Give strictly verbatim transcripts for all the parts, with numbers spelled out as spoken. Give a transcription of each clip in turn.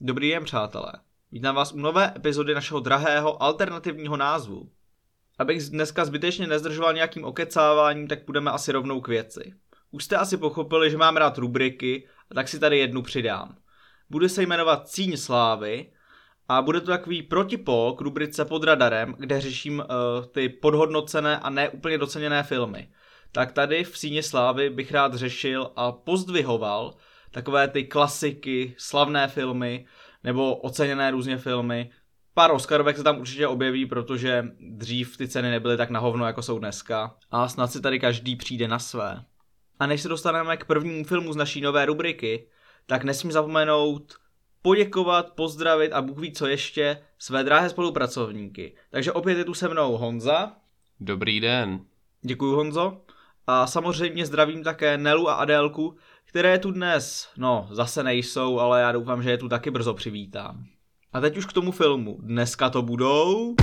Dobrý den, přátelé. Vítám vás u nové epizody našeho drahého alternativního názvu. Abych dneska zbytečně nezdržoval nějakým okecáváním, tak půjdeme asi rovnou k věci. Už jste asi pochopili, že mám rád rubriky, a tak si tady jednu přidám. Bude se jmenovat Cíň slávy a bude to takový protipol k rubrice Pod radarem, kde řeším uh, ty podhodnocené a neúplně doceněné filmy. Tak tady v Cíni slávy bych rád řešil a pozdvihoval takové ty klasiky, slavné filmy, nebo oceněné různě filmy. Pár Oscarovek se tam určitě objeví, protože dřív ty ceny nebyly tak na hovno, jako jsou dneska. A snad si tady každý přijde na své. A než se dostaneme k prvnímu filmu z naší nové rubriky, tak nesmím zapomenout poděkovat, pozdravit a Bůh ví co ještě své drahé spolupracovníky. Takže opět je tu se mnou Honza. Dobrý den. Děkuju, Honzo. A samozřejmě zdravím také Nelu a Adélku, které tu dnes, no zase nejsou, ale já doufám, že je tu taky brzo přivítám. A teď už k tomu filmu. Dneska to budou...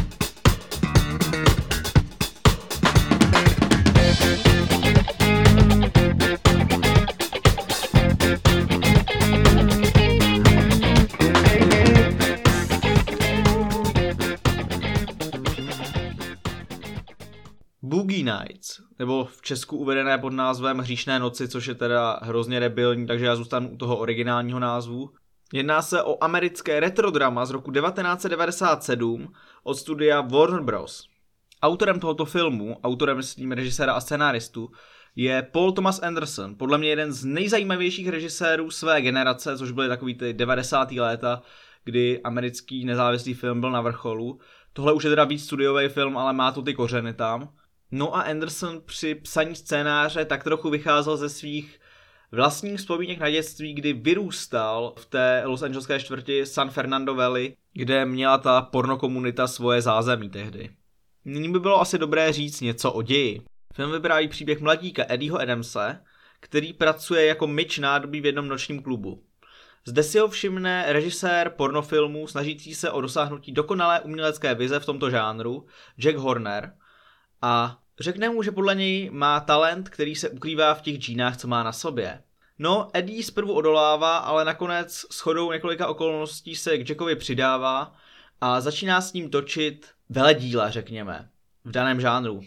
Boogie Nights, nebo v Česku uvedené pod názvem Hříšné noci, což je teda hrozně debilní, takže já zůstanu u toho originálního názvu. Jedná se o americké retrodrama z roku devatenáct set devadesát sedm od studia Warner Bros. Autorem tohoto filmu, autorem myslím režiséra a scenáristu, je Paul Thomas Anderson, podle mě jeden z nejzajímavějších režisérů své generace, což byly takový ty devadesátá léta, kdy americký nezávislý film byl na vrcholu. Tohle už je teda víc studiový film, ale má to ty kořeny tam. No a Anderson při psaní scénáře tak trochu vycházel ze svých vlastních vzpomínek na dětství, kdy vyrůstal v té Los Angeleské čtvrti San Fernando Valley, kde měla ta pornokomunita svoje zázemí tehdy. Nyní by bylo asi dobré říct něco o ději. Film vypráví příběh mladíka Eddieho Adamse, který pracuje jako myč nádobí v jednom nočním klubu. Zde si ho všimne režisér pornofilmů snažící se o dosáhnutí dokonalé umělecké vize v tomto žánru, Jack Horner, a řekne mu, že podle něj má talent, který se ukrývá v těch džínách, co má na sobě. No, Eddie zprvu odolává, ale nakonec shodou několika okolností se k Jackovi přidává a začíná s ním točit veledíla, řekněme, v daném žánru.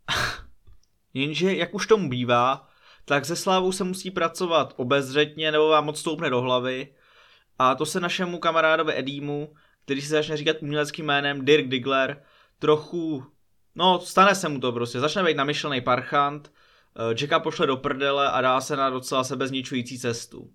Jenže, jak už tomu bývá, tak se slávou se musí pracovat obezřetně, nebo vám moc stoupne do hlavy. A to se našemu kamarádovi Eddiemu, který si začne říkat uměleckým jménem Dirk Diggler, trochu... No, stane se mu to prostě, začne být namyšlený parchant, Jacka pošle do prdele a dá se na docela sebezničující cestu.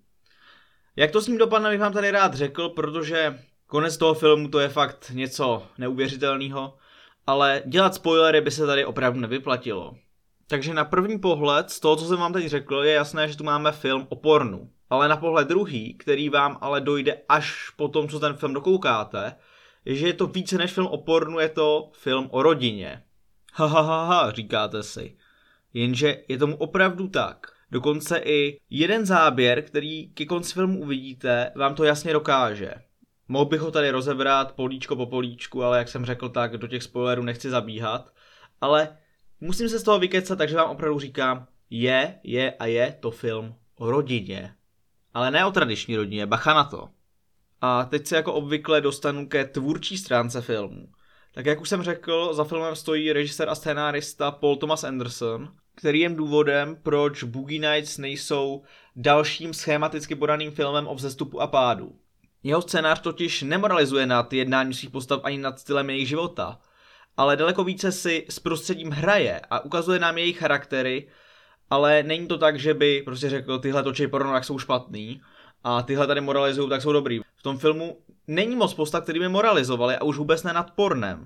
Jak to s ním dopadne, bych vám tady rád řekl, protože konec toho filmu to je fakt něco neuvěřitelného, ale dělat spoilery by se tady opravdu nevyplatilo. Takže na první pohled, z toho, co jsem vám teď řekl, je jasné, že tu máme film o pornu. Ale na pohled druhý, který vám ale dojde až po tom, co ten film dokoukáte, je, že je to více než film o pornu, je to film o rodině. Ha, ha, ha, ha, říkáte si. Jenže je tomu opravdu tak. Dokonce i jeden záběr, který ke konci filmu uvidíte, vám to jasně dokáže. Mohl bych ho tady rozebrat políčko po políčku, ale jak jsem řekl, tak do těch spoilerů nechci zabíhat. Ale musím se z toho vykecat, takže vám opravdu říkám, je, je a je to film o rodině. Ale ne o tradiční rodině, bacha na to. A teď se jako obvykle dostanu ke tvůrčí stránce filmu. Tak jak už jsem řekl, za filmem stojí režisér a scénárista Paul Thomas Anderson, který je důvodem, proč Boogie Nights nejsou dalším schematicky podaným filmem o vzestupu a pádu. Jeho scénář totiž nemoralizuje nad jednáním svých postav ani nad stylem jejich života, ale daleko více si s prostředím hraje a ukazuje nám jejich charaktery, ale není to tak, že by prostě řekl, tyhle točí porno, tak jsou špatný, a tyhle tady moralizují, tak jsou dobrý. V tom filmu není moc postav, který by moralizovali a už vůbec ne nad pornem.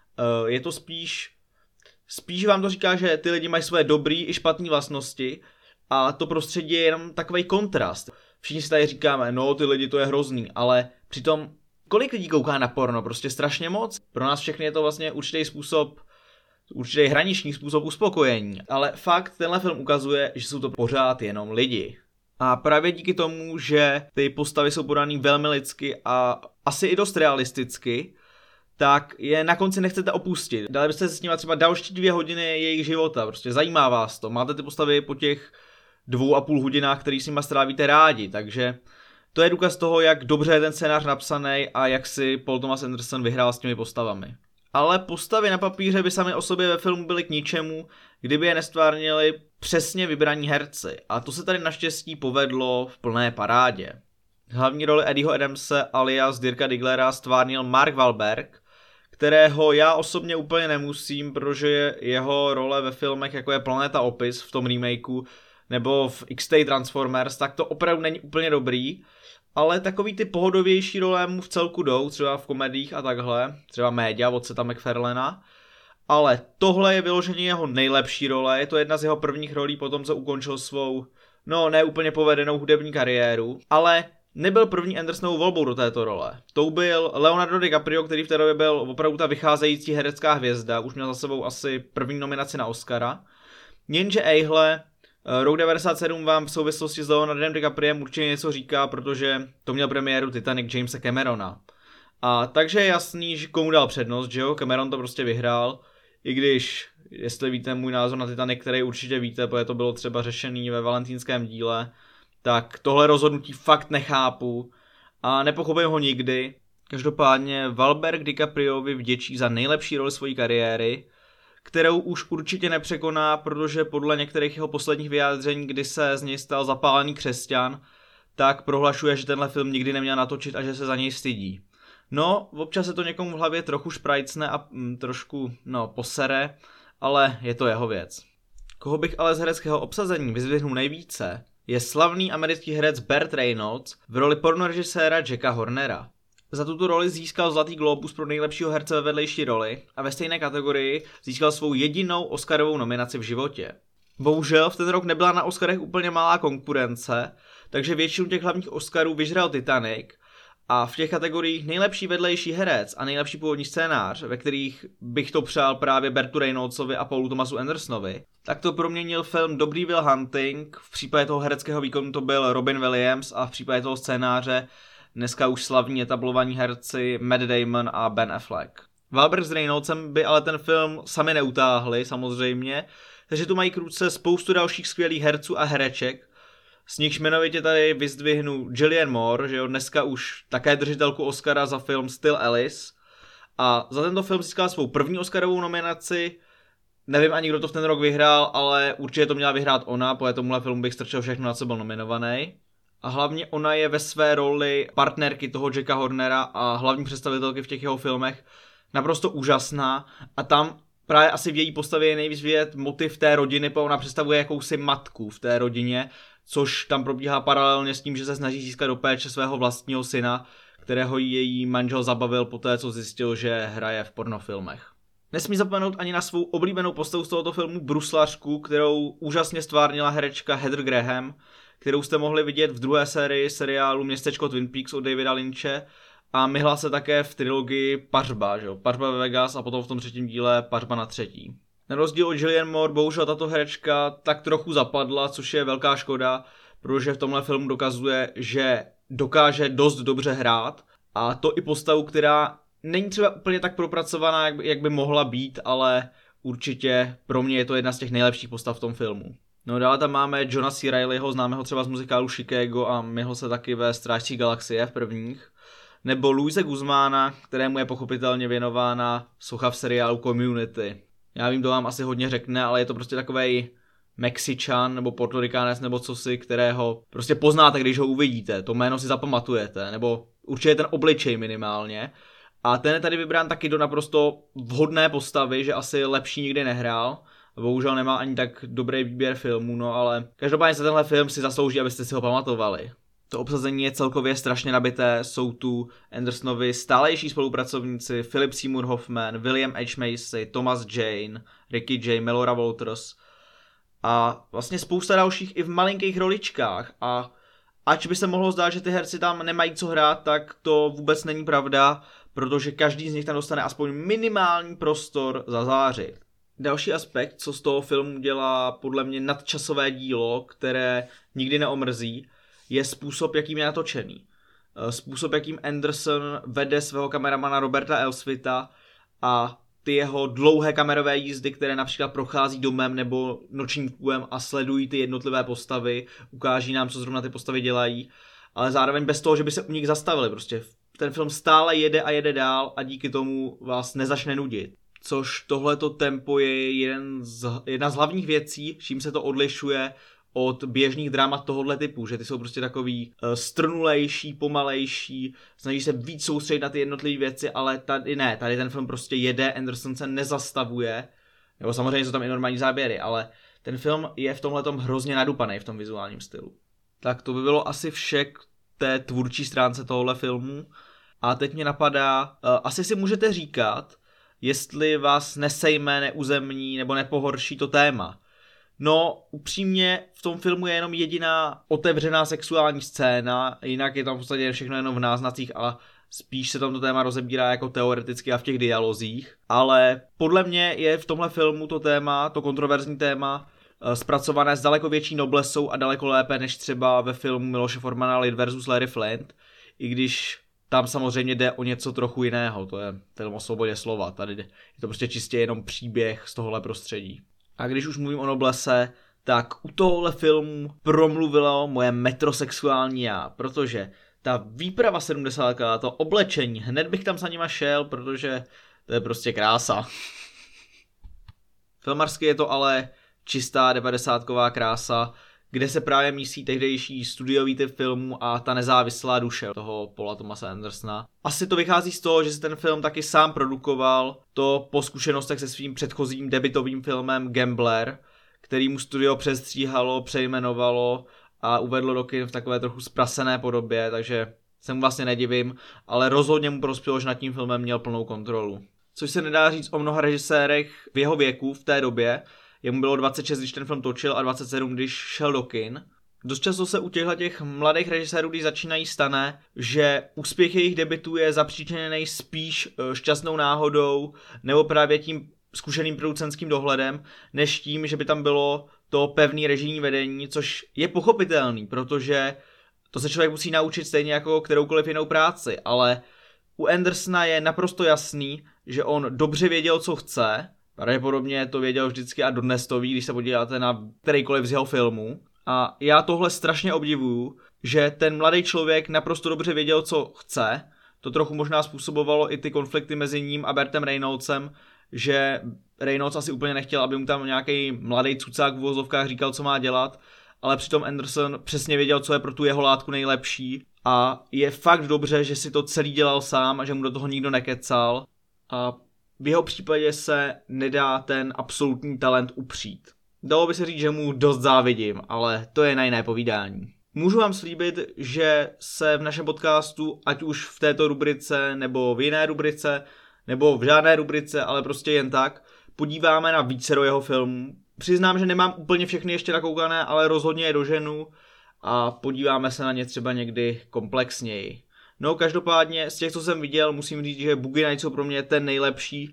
Je to spíš, spíš vám to říká, že ty lidi mají své dobrý i špatné vlastnosti a to prostředí je jenom takovej kontrast. Všichni si tady říkáme, no ty lidi to je hrozný, ale přitom kolik lidí kouká na porno? Prostě strašně moc. Pro nás všechny je to vlastně určitý způsob, určitý hraniční způsob uspokojení. Ale fakt tenhle film ukazuje, že jsou to pořád jenom lidi. A právě díky tomu, že ty postavy jsou podaný velmi lidsky a asi i dost realisticky, tak je na konci nechcete opustit. Dali byste se s nimi třeba další dvě hodiny jejich života, prostě zajímá vás to. Máte ty postavy po těch dvou a půl hodinách, který s nima strávíte rádi, takže To je důkaz toho, jak dobře je ten scénář napsaný a jak si Paul Thomas Anderson vyhrál s těmi postavami. Ale postavy na papíře by sami o sobě ve filmu byly k ničemu, kdyby je nestvárnili přesně vybraní herci. A to se tady naštěstí povedlo v plné parádě. Hlavní roli Eddieho Adamse alias Dirka Digglera stvárnil Mark Wahlberg, kterého já osobně úplně nemusím, protože jeho role ve filmech jako je Planeta Opis v tom remakeu nebo v X-Tay Transformers, tak to opravdu není úplně dobrý, ale takový ty pohodovější role mu v celku jdou, třeba v komediích a takhle, třeba Média od Seta MacFarlanea, ale tohle je vyloženě jeho nejlepší role, je to jedna z jeho prvních rolí potom, co ukončil svou, no ne úplně povedenou hudební kariéru, ale nebyl první Andersonovou volbou do této role. Tou byl Leonardo DiCaprio, který v té době byl opravdu ta vycházející herecká hvězda, už měl za sebou asi první nominaci na Oscara. Jenže ejhle, rok devadesát sedm vám v souvislosti s Leonardem DiCapriem určitě něco říká, protože to měl premiéru Titanic Jamesa Camerona. A takže je jasný, že komu dal přednost, že jo, Cameron to prostě vyhrál, i když, jestli víte můj názor na Titanic, který určitě víte, protože to bylo třeba řešený ve valentýnském díle, tak tohle rozhodnutí fakt nechápu a nepochopím ho nikdy. Každopádně Wahlberg DiCapriovi vděčí za nejlepší roli své kariéry, kterou už určitě nepřekoná, protože podle některých jeho posledních vyjádření, kdy se z něj stal zapálený křesťan, tak prohlašuje, že tenhle film nikdy neměl natočit a že se za něj stydí. No, občas se to někomu v hlavě trochu šprajcne a mm, trošku, no, posere, ale je to jeho věc. Koho bych ale z hereckého obsazení vyzdvihnul nejvíce, je slavný americký herec Burt Reynolds v roli pornorežiséra Jacka Hornera. Za tuto roli získal Zlatý glóbus pro nejlepšího herce ve vedlejší roli a ve stejné kategorii získal svou jedinou Oscarovou nominaci v životě. Bohužel v ten rok nebyla na Oscarech úplně malá konkurence, takže většinu těch hlavních Oscarů vyžral Titanic a v těch kategoriích nejlepší vedlejší herec a nejlepší původní scénář, ve kterých bych to přál právě Burtu Reynoldsovi a Paulu Thomasu Andersonovi, tak to proměnil film Dobrý Will Hunting, v případě toho hereckého výkonu to byl Robin Williams a v případě toho scénáře dneska už slavní etablovaní herci Matt Damon a Ben Affleck. Wahlberg s Reynoldsem by ale ten film sami neutáhli samozřejmě, takže tu mají k ruce spoustu dalších skvělých herců a hereček, s nichž jmenovitě tady vyzdvihnu Julianne Moore, že jo, dneska už také držitelku Oscara za film Still Alice, a za tento film získala svou první Oscarovou nominaci. Nevím ani, kdo to v ten rok vyhrál, ale určitě to měla vyhrát ona, protože tomuhle filmu bych strčil všechno, na co byl nominovaný. A hlavně ona je ve své roli partnerky toho Jacka Hornera a hlavní představitelky v těch jeho filmech naprosto úžasná a tam právě asi v její postavě je nejvíc vidět motiv té rodiny, protože ona představuje jakousi matku v té rodině, což tam probíhá paralelně s tím, že se snaží získat do péče svého vlastního syna, kterého její manžel zabavil poté, co zjistil, že hraje v pornofilmech. Nesmí zapomenout ani na svou oblíbenou postavu z tohoto filmu bruslařku, kterou úžasně stvárnila herečka Heather Graham, kterou jste mohli vidět v druhé sérii seriálu Městečko Twin Peaks od Davida Lynche a myhla se také v trilogii Pařba, že jo? Pařba ve Vegas a potom v tom třetím díle Pařba na třetí. Na rozdíl od Julianne Moore bohužel tato herečka tak trochu zapadla, což je velká škoda, protože v tomhle filmu dokazuje, že dokáže dost dobře hrát a to i postavu, která není třeba úplně tak propracovaná, jak by, jak by mohla být, ale určitě pro mě je to jedna z těch nejlepších postav v tom filmu. No dále tam máme Johna C. Reillyho, známého třeba z muzikálu Chicago a myhl se taky ve Strážcích galaxie v prvních. Nebo Luise Guzmána, kterému je pochopitelně věnována socha v seriálu Community. Já vím, to vám asi hodně řekne, ale je to prostě takovej Mexičan nebo Portorikánec nebo cosi, kterého prostě poznáte, když ho uvidíte. To jméno si zapamatujete, nebo určitě ten obličej minimálně. A ten je tady vybrán taky do naprosto vhodné postavy, že asi lepší nikdy nehrál. Bohužel nemá ani tak dobrý výběr filmů, no ale každopádně se tenhle film si zaslouží, abyste si ho pamatovali. To obsazení je celkově strašně nabité, jsou tu Andersonovi stálejší spolupracovníci Philip Seymour Hoffman, William H. Macy, Thomas Jane, Ricky J. Melora Walters a vlastně spousta dalších i v malinkých roličkách a ač by se mohlo zdát, že ty herci tam nemají co hrát, tak to vůbec není pravda, protože každý z nich tam dostane aspoň minimální prostor zazářit. Další aspekt, co z toho filmu dělá podle mě nadčasové dílo, které nikdy neomrzí, je způsob, jakým je natočený. Způsob, jakým Anderson vede svého kameramana Roberta Elswita a ty jeho dlouhé kamerové jízdy, které například prochází domem nebo nočním klubem a sledují ty jednotlivé postavy, ukáží nám, co zrovna ty postavy dělají. ale zároveň bez toho, že by se u nich zastavili. Prostě ten film stále jede a jede dál a díky tomu vás nezačne nudit. Což tohleto tempo je jeden z, jedna z hlavních věcí, čím se to odlišuje od běžných dramat tohohle typu, že ty jsou prostě takový uh, strnulejší, pomalejší, snaží se víc soustředit na ty jednotlivé věci, ale tady ne, tady ten film prostě jede, Anderson se nezastavuje, nebo samozřejmě jsou tam i normální záběry, ale ten film je v tomhletom hrozně nadupaný v tom vizuálním stylu. Tak to by bylo asi vše k té tvůrčí stránce tohohle filmu a teď mě napadá, uh, asi si můžete říkat, jestli vás nesejme, neuzemní nebo nepohorší to téma. No, upřímně, v tom filmu je jenom jediná otevřená sexuální scéna, jinak je tam v podstatě všechno jenom v náznacích a spíš se tam to téma rozebírá jako teoreticky a v těch dialozích. Ale podle mě je v tomhle filmu to téma, to kontroverzní téma, zpracované s daleko větší noblesou a daleko lépe než třeba ve filmu Miloše Formana Lid versus. Larry Flynt, i když tam samozřejmě jde o něco trochu jiného, to je film o svobodě slova, tady je to prostě čistě jenom příběh z tohohle prostředí. A když už mluvím o noblese, tak u tohohle filmu promluvilo moje metrosexuální já, protože ta výprava sedmdesátka, to oblečení, hned bych tam za nima šel, protože to je prostě krása. Filmarsky je to ale čistá devadesátková krása, kde se právě mísí tehdejší studiový typ filmu a ta nezávislá duše toho Paula Thomase Andersona. Asi to vychází z toho, že si ten film taky sám produkoval, to po zkušenostech se svým předchozím debutovým filmem Gambler, který mu studio přestříhalo, přejmenovalo a uvedlo do kin v takové trochu zprasené podobě, takže se mu vlastně nedivím, ale rozhodně mu prospělo, že nad tím filmem měl plnou kontrolu. Což se nedá říct o mnoha režisérech v jeho věku v té době. Jemu bylo dvacet šest, když ten film točil, a dvacet sedm, když šel do kin. Dost často se u těchto těch mladých režisérů, když začínají, stane, že úspěch jejich debutů je zapříčiněný spíš šťastnou náhodou nebo právě tím zkušeným producentským dohledem, než tím, že by tam bylo to pevný režijní vedení, což je pochopitelný, protože to se člověk musí naučit stejně jako kteroukoliv jinou práci, ale u Andersona je naprosto jasný, že on dobře věděl, co chce. Pravděpodobně to věděl vždycky a dodnes to ví, když se podíváte na kterýkoliv z jeho filmů. A já tohle strašně obdivuju, že ten mladý člověk naprosto dobře věděl, co chce. To trochu možná způsobovalo i ty konflikty mezi ním a Bertem Reynoldsem, že Reynolds asi úplně nechtěl, aby mu tam nějaký mladý cucák v uvozovkách říkal, co má dělat, ale přitom Anderson přesně věděl, co je pro tu jeho látku nejlepší. A je fakt dobře, že si to celý dělal sám a že mu do toho nikdo nekecal. A v jeho případě se nedá ten absolutní talent upřít. Dalo by se říct, že mu dost závidím, ale to je na jiné povídání. Můžu vám slíbit, že se v našem podcastu, ať už v této rubrice, nebo v jiné rubrice, nebo v žádné rubrice, ale prostě jen tak, podíváme na vícero jeho filmů. Přiznám, že nemám úplně všechny ještě nakoukané, ale rozhodně je doženu a podíváme se na ně třeba někdy komplexněji. No, každopádně z těch, co jsem viděl, musím říct, že Boogie Nights jsou pro mě ten nejlepší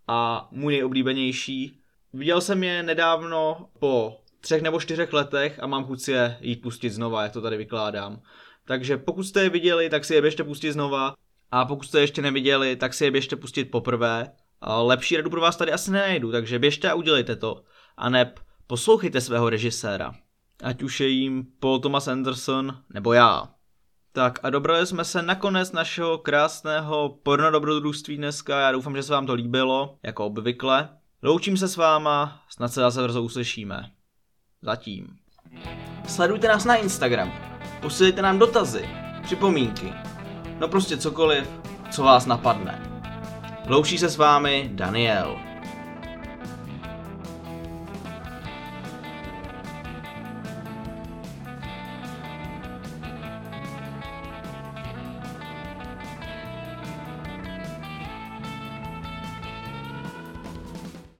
a můj nejoblíbenější. Viděl jsem je nedávno po třech nebo čtyřech letech a mám chuť si je jít pustit znova, jak to tady vykládám. Takže pokud jste je viděli, tak si je běžte pustit znova, a pokud jste je ještě neviděli, tak si je běžte pustit poprvé. A lepší radu pro vás tady asi nenajdu, takže běžte a udělejte to. A neb poslouchejte svého režiséra. Ať už je jím Paul Thomas Anderson nebo já. Tak a dobrali jsme se na konec našeho krásného pornodobrodružství dneska, já doufám, že se vám to líbilo, jako obvykle. Loučím se s váma, snad se zase brzo uslyšíme. Zatím. Sledujte nás na Instagramu, posílejte nám dotazy, připomínky, no prostě cokoliv, co vás napadne. Loučí se s vámi Daniel.